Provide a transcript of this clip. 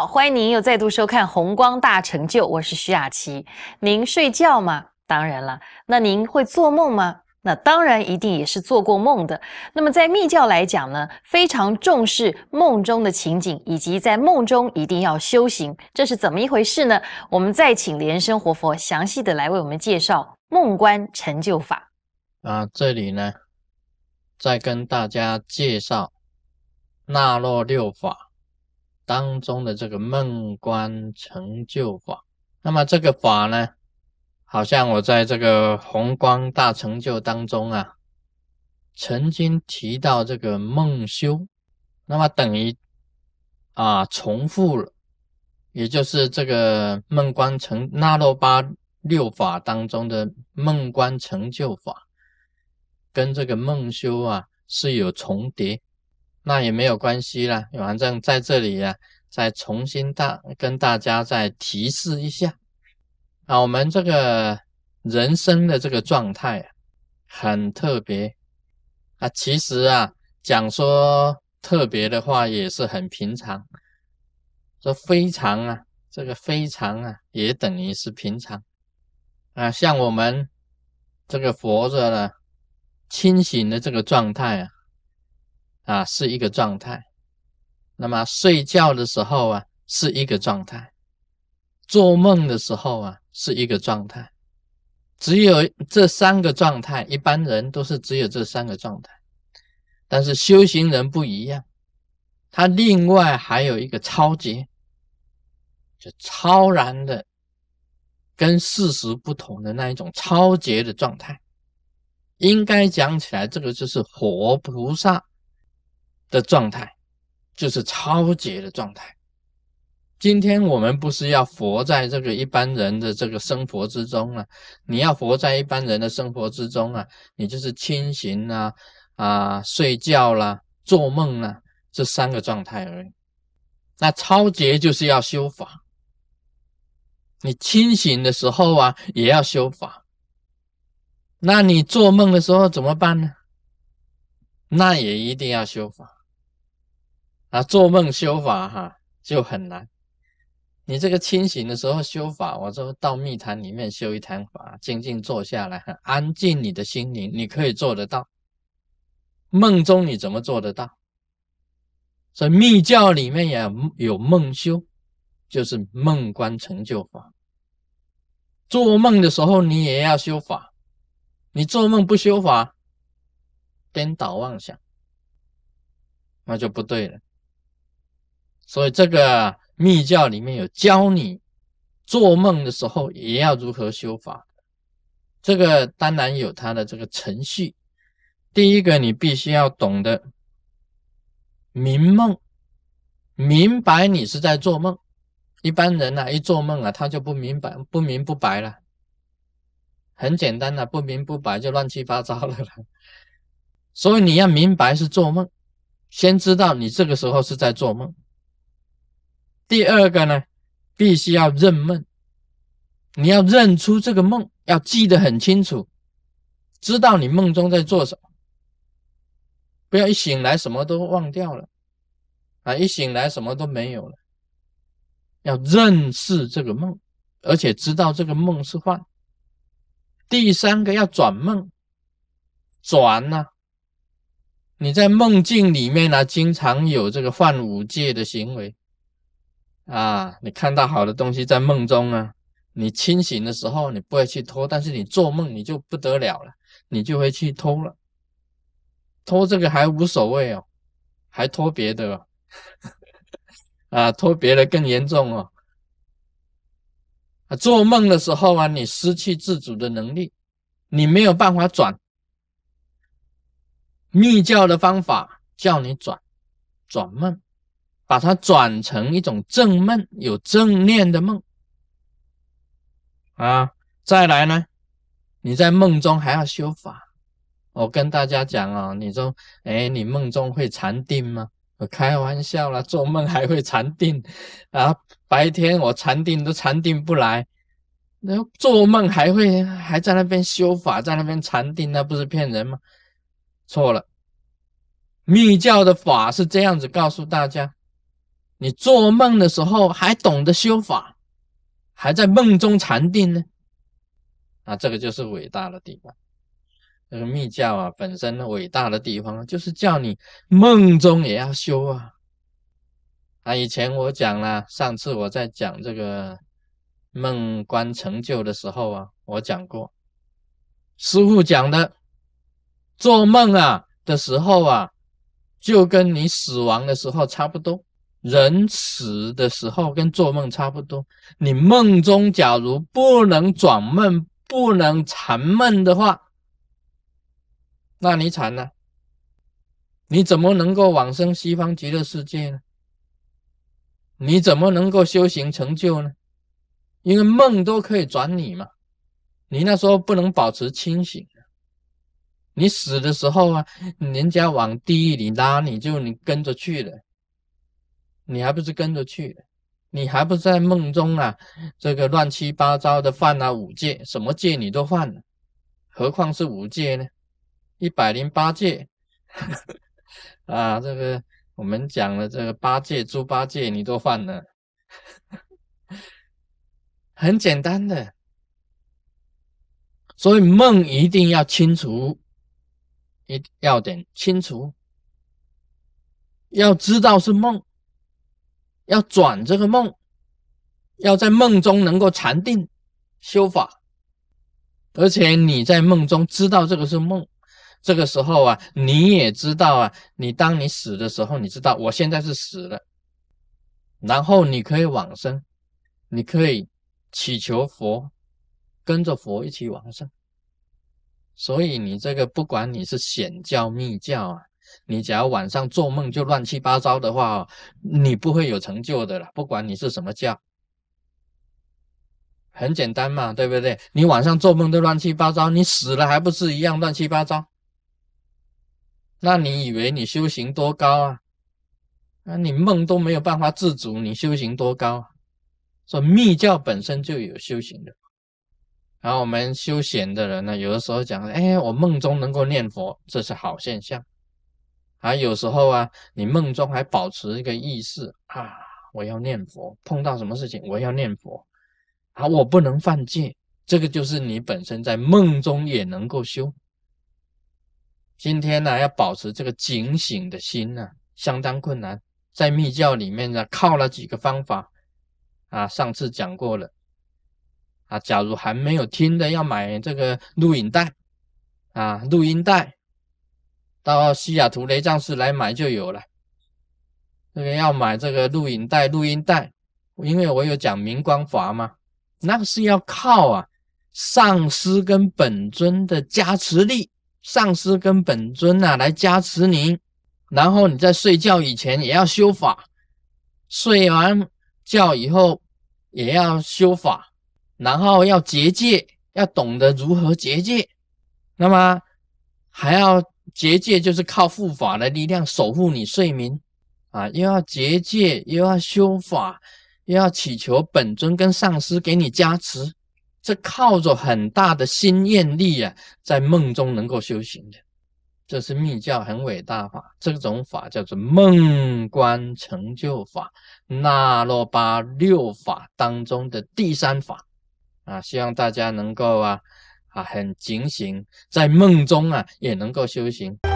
好，欢迎您又再度收看《弘光大成就》，我是徐雅琪。您睡觉吗？当然了。那您会做梦吗？那当然一定也是做过梦的。那么在密教来讲呢，非常重视梦中的情景，以及在梦中一定要修行，这是怎么一回事呢？我们再请莲生活佛详细的来为我们介绍梦观成就法。 这里呢，再跟大家介绍那洛六法当中的这个梦观成就法。那么这个法呢，好像我在这个弘光大成就当中曾经提到这个梦修，那么等于重复了，也就是这个梦观那洛巴六法当中的梦观成就法跟这个梦修是有重叠，那也没有关系啦，反正在这里再重新跟大家再提示一下我们这个人生的这个状态很特别其实讲说特别的话也是很平常，说非常这个非常也等于是平常像我们这个活着呢清醒的这个状态是一个状态，那么睡觉的时候是一个状态，做梦的时候是一个状态，只有这三个状态，一般人都是只有这三个状态，但是修行人不一样，他另外还有一个超节，就超然的跟事实不同的那一种超节的状态。应该讲起来，这个就是活菩萨的状态，就是超节的状态。今天我们不是要活在这个一般人的这个生活之中你要活在一般人的生活之中你就是清醒睡觉啦、做梦啦，这三个状态而已。那超节就是要修法，你清醒的时候也要修法。那你做梦的时候怎么办呢？那也一定要修法做梦修法就很难。你这个清醒的时候修法，我说到密坛里面修一坛法，静静坐下来安静你的心灵，你可以做得到。梦中你怎么做得到？所以密教里面也有梦修，就是梦观成就法。做梦的时候你也要修法，你做梦不修法，颠倒妄想，那就不对了。所以这个密教里面有教你做梦的时候也要如何修法，这个当然有它的这个程序。第一个，你必须要懂得明梦，明白你是在做梦。一般人一做梦他就不明不白了，很简单不明不白就乱七八糟了所以你要明白是做梦，先知道你这个时候是在做梦。第二个呢，必须要认梦，你要认出这个梦，要记得很清楚，知道你梦中在做什么，不要一醒来什么都忘掉了一醒来什么都没有了。要认识这个梦，而且知道这个梦是幻。第三个要转梦，转你在梦境里面经常有这个犯五戒的行为你看到好的东西在梦中你清醒的时候你不会去偷，但是你做梦你就不得了了，你就会去偷了。偷这个还无所谓还偷别的偷别的更严重做梦的时候你失去自主的能力，你没有办法转。密教的方法叫你转梦，把它转成一种正梦，有正念的梦再来呢，你在梦中还要修法。我跟大家讲你说你梦中会禅定吗？我开玩笑啦，做梦还会禅定白天我禅定都禅定不来，做梦还在那边修法，在那边禅定，那不是骗人吗？错了，密教的法是这样子告诉大家， 你做梦的时候还懂得修法，还在梦中禅定呢，这个就是伟大的地方。这个密教本身伟大的地方就是叫你梦中也要修以前我讲了，上次我在讲这个梦观成就的时候我讲过，师父讲的做梦的时候就跟你死亡的时候差不多，人死的时候跟做梦差不多。你梦中假如不能转梦，不能禅梦的话，那你惨了，你怎么能够往生西方极乐世界呢？你怎么能够修行成就呢？因为梦都可以转你嘛，你那时候不能保持清醒。你死的时候人家往地狱里拉你跟着去了，你还不是跟着去了？你还不是在梦中这个乱七八糟的犯五戒，什么戒你都犯了，何况是5戒呢？108戒这个我们讲了这个8戒、猪八戒你都犯了，很简单的。所以梦一定要清楚，要点清楚，要知道是梦，要转这个梦，要在梦中能够禅定修法，而且你在梦中知道这个是梦，这个时候你也知道你当你死的时候，你知道我现在是死了，然后你可以往生，你可以祈求佛，跟着佛一起往生。所以你这个不管你是显教密教你只要晚上做梦就乱七八糟的话你不会有成就的啦，不管你是什么教。很简单嘛，对不对？你晚上做梦都乱七八糟，你死了还不是一样乱七八糟？那你以为你修行多高你梦都没有办法自主，你修行多高？所以密教本身就有修行的。然后我们修显的人呢，有的时候讲我梦中能够念佛，这是好现象。有时候你梦中还保持一个意识我要念佛，碰到什么事情我要念佛我不能犯戒，这个就是你本身在梦中也能够修。今天要保持这个警醒的心相当困难。在密教里面靠了几个方法上次讲过了假如还没有听的，要买这个录影带录音带，到西雅图雷藏寺来买就有了。这个要买这个录影带、录音带，因为我有讲明光法嘛，那个是要靠上师跟本尊的加持力，上师跟本尊来加持你，然后你在睡觉以前也要修法，睡完觉以后也要修法，然后要结戒，要懂得如何结戒，那么还要结戒，就是靠护法的力量守护你睡眠又要结戒，又要修法，又要祈求本尊跟上师给你加持，这靠着很大的心愿力在梦中能够修行的。这是密教很伟大法，这种法叫做梦观成就法，那罗巴6法当中的第3法希望大家能够很警醒，在梦中也能够修行。